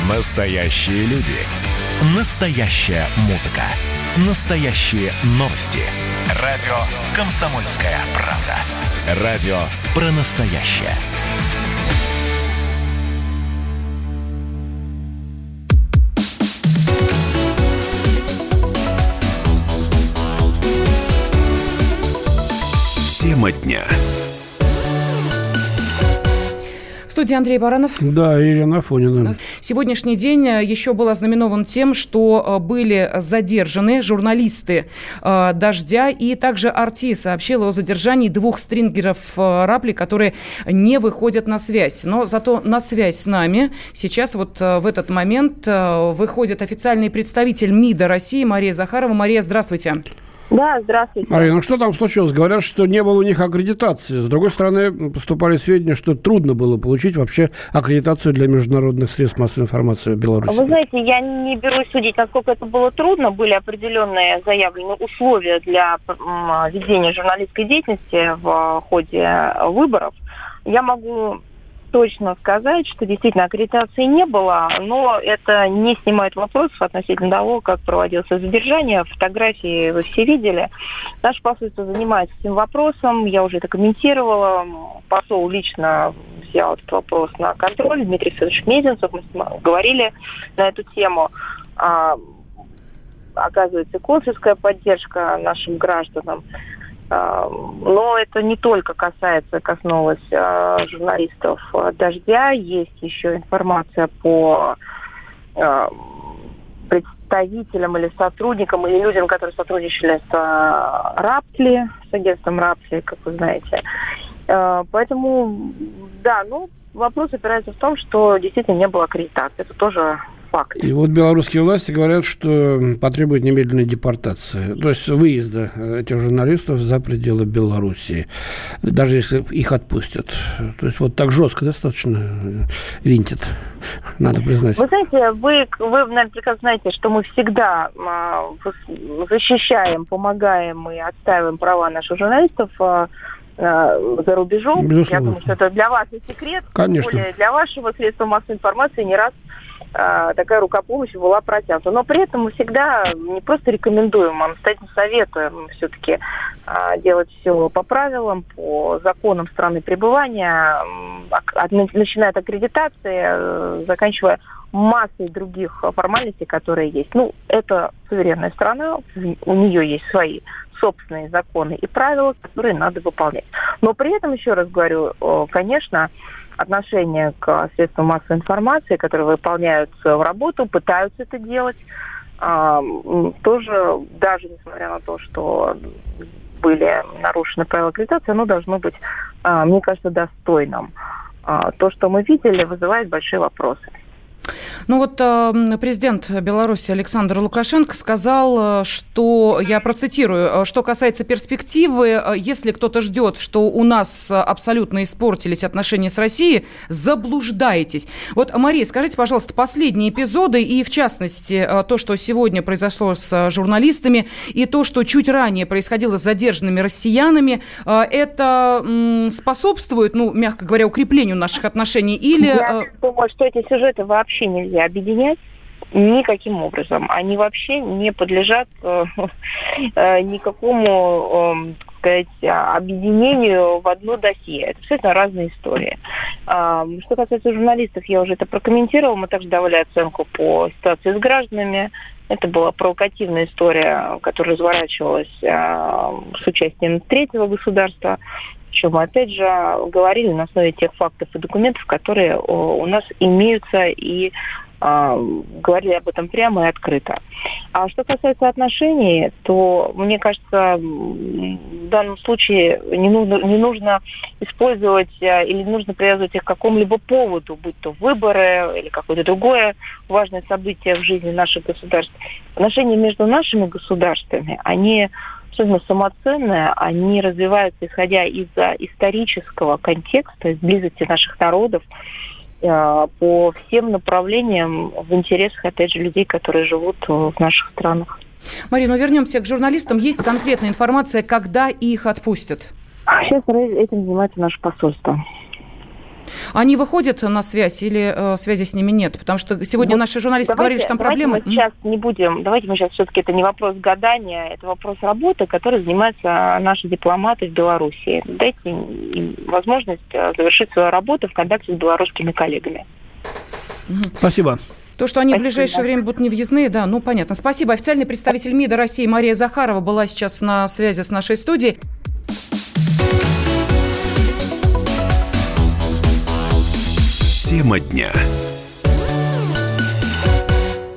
Настоящие люди. Настоящая музыка. Настоящие новости. Радио «Комсомольская правда». Радио про настоящее. Тема дня. В студии Андрей Баранов. Да, Ирина Афонина. Сегодняшний день еще был ознаменован тем, что были задержаны журналисты «Дождя», и также «Арти» сообщила о задержании 2 стрингеров «Рапли», которые не выходят на связь. Но зато на связь с нами сейчас вот в этот момент выходит официальный представитель МИДа России Мария Захарова. Мария, здравствуйте. Да, здравствуйте. Мария, что там случилось? Говорят, что не было у них аккредитации. С другой стороны, поступали сведения, что трудно было получить вообще аккредитацию для международных средств массовой информации в Беларуси. Вы знаете, я не берусь судить, насколько это было трудно. Были определенные заявленные условия для ведения журналистской деятельности в ходе выборов. Я могу точно сказать, что действительно аккредитации не было, но это не снимает вопросов относительно того, как проводилось задержание. Фотографии вы все видели. Наше посольство занимается этим вопросом, я уже это комментировала. Посол лично взял этот вопрос на контроль. Дмитрий Федорович Мезенцев, мы с ним говорили на эту тему. Оказывается, консульская поддержка нашим гражданам. Но это не только коснулось журналистов «Дождя». Есть еще информация по представителям или сотрудникам, или людям, которые сотрудничали с «Рапли», с агентством «Рапли», как вы знаете. Поэтому, да, вопрос опирается в том, что действительно не было аккредитации. Это тоже факт. И вот белорусские власти говорят, что потребуют немедленной депортации, то есть выезда этих журналистов за пределы Белоруссии, даже если их отпустят. То есть вот так жестко достаточно винтит, надо признать. Вы знаете, вы наверное, прекрасно знаете, что мы всегда защищаем, помогаем и отстаиваем права наших журналистов за рубежом. Безусловно. Я думаю, что это для вас не секрет. Конечно. Тем более для вашего средства массовой информации не раз такая рукопомощь была протянута. Но при этом мы всегда не просто рекомендуем, а настоятельно советуем все-таки делать все по правилам, по законам страны пребывания, начиная от аккредитации, заканчивая массой других формальностей, которые есть. Это суверенная страна, у нее есть свои собственные законы и правила, которые надо выполнять. Но при этом, еще раз говорю, конечно, отношение к средствам массовой информации, которые выполняют свою работу, пытаются это делать, тоже, даже несмотря на то, что были нарушены правила аккредитации, оно должно быть, мне кажется, достойным. То, что мы видели, вызывает большие вопросы. Президент Беларуси Александр Лукашенко сказал, что, я процитирую, что касается перспективы, если кто-то ждет, что у нас абсолютно испортились отношения с Россией, заблуждаетесь. Мария, скажите, пожалуйста, последние эпизоды и, в частности, то, что сегодня произошло с журналистами, и то, что чуть ранее происходило с задержанными россиянами, это способствует, мягко говоря, укреплению наших отношений или... Я думаю, что эти сюжеты вообще нельзя объединять никаким образом. Они вообще не подлежат никакому, объединению в одно досье. Это абсолютно разные истории. Что касается журналистов, я уже это прокомментировала. Мы также давали оценку по ситуации с гражданами. Это была провокативная история, которая разворачивалась с участием третьего государства. Причем мы, опять же, говорили на основе тех фактов и документов, которые у нас имеются, и говорили об этом прямо и открыто. А что касается отношений, то, мне кажется, в данном случае не нужно использовать или не нужно привязывать их к какому-либо поводу, будь то выборы или какое-то другое важное событие в жизни наших государств. Отношения между нашими государствами, они абсолютно самоценные, они развиваются, исходя из исторического контекста, из близости наших народов, по всем направлениям в интересах, опять же, людей, которые живут в наших странах. Мария, вернемся к журналистам. Есть конкретная информация, когда их отпустят? Сейчас этим занимается наше посольство. Они выходят на связь или связи с ними нет? Потому что сегодня наши журналисты говорили, что там проблемы. Давайте мы сейчас все-таки, это не вопрос гадания, это вопрос работы, которой занимаются наши дипломаты в Беларуси. Дайте им возможность завершить свою работу в контакте с белорусскими коллегами. Спасибо. То, что они в ближайшее время будут невъездные, да, понятно. Спасибо. Официальный представитель МИДа России Мария Захарова была сейчас на связи с нашей студией. Тема дня.